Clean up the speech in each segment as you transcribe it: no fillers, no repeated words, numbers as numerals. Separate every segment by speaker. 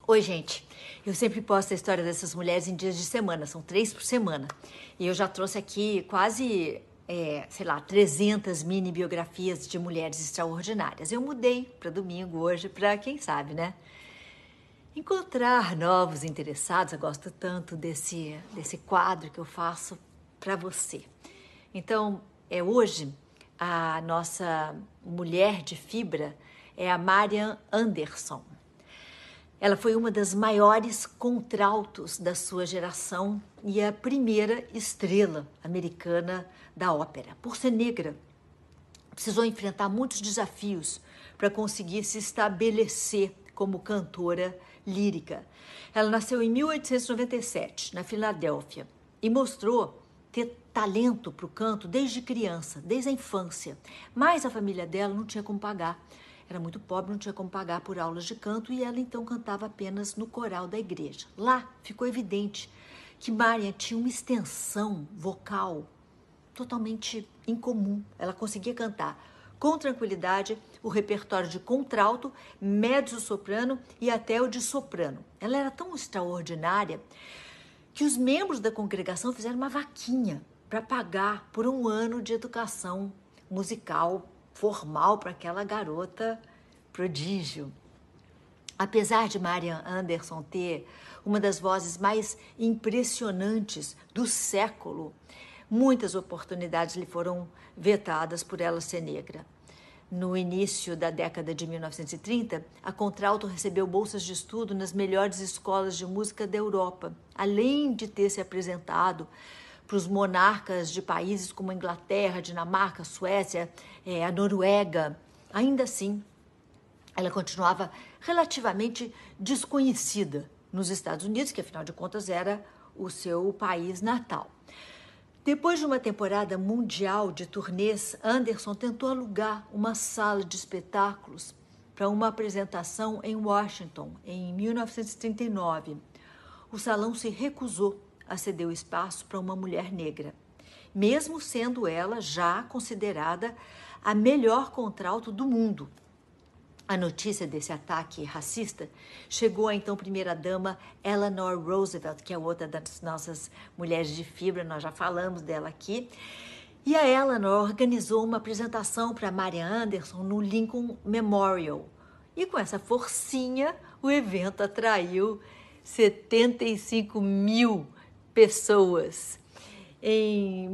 Speaker 1: Oi, gente. Eu sempre posto a história dessas mulheres em dias de semana, são 3 por semana. E eu já trouxe aqui quase, 300 mini biografias de mulheres extraordinárias. Eu mudei para domingo hoje, para quem sabe, né? Encontrar novos interessados. Eu gosto tanto desse quadro que eu faço para você. Então, hoje a nossa mulher de fibra é a Marian Anderson. Ela foi uma das maiores contraltos da sua geração e a primeira estrela americana da ópera. Por ser negra, precisou enfrentar muitos desafios para conseguir se estabelecer como cantora lírica. Ela nasceu em 1897, na Filadélfia, e mostrou ter talento para o canto desde criança, desde a infância. Mas a família dela não tinha como pagar. Era muito pobre, não tinha como pagar por aulas de canto e ela então cantava apenas no coral da igreja. Lá ficou evidente que Marian tinha uma extensão vocal totalmente incomum. Ela conseguia cantar com tranquilidade o repertório de contralto, mezzo-soprano e até o de soprano. Ela era tão extraordinária que os membros da congregação fizeram uma vaquinha para pagar por um ano de educação musical formal para aquela garota prodígio. Apesar de Marian Anderson ter uma das vozes mais impressionantes do século, muitas oportunidades lhe foram vetadas por ela ser negra. No início da década de 1930, a contralto recebeu bolsas de estudo nas melhores escolas de música da Europa, além de ter se apresentado para os monarcas de países como a Inglaterra, Dinamarca, Suécia, a Noruega. Ainda assim, ela continuava relativamente desconhecida nos Estados Unidos, que afinal de contas era o seu país natal. Depois de uma temporada mundial de turnês, Anderson tentou alugar uma sala de espetáculos para uma apresentação em Washington, em 1939. O salão se recusou a ceder o espaço para uma mulher negra, mesmo sendo ela já considerada a melhor contralto do mundo. A notícia desse ataque racista chegou à então primeira-dama Eleanor Roosevelt, que é outra das nossas mulheres de fibra, nós já falamos dela aqui. E a Eleanor organizou uma apresentação para Marian Anderson no Lincoln Memorial. E com essa forcinha, o evento atraiu 75 mil pessoas. Em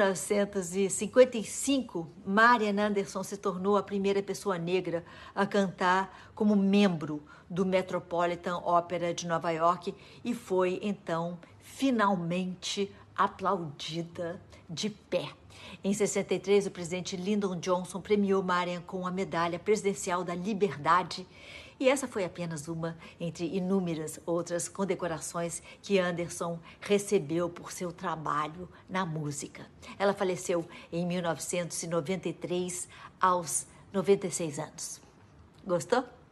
Speaker 1: 1955, Marian Anderson se tornou a primeira pessoa negra a cantar como membro do Metropolitan Opera de Nova York e foi, então, finalmente aplaudida de pé. Em 63, o presidente Lyndon Johnson premiou Marian com a Medalha Presidencial da Liberdade. E essa foi apenas uma entre inúmeras outras condecorações que Anderson recebeu por seu trabalho na música. Ela faleceu em 1993, aos 96 anos. Gostou?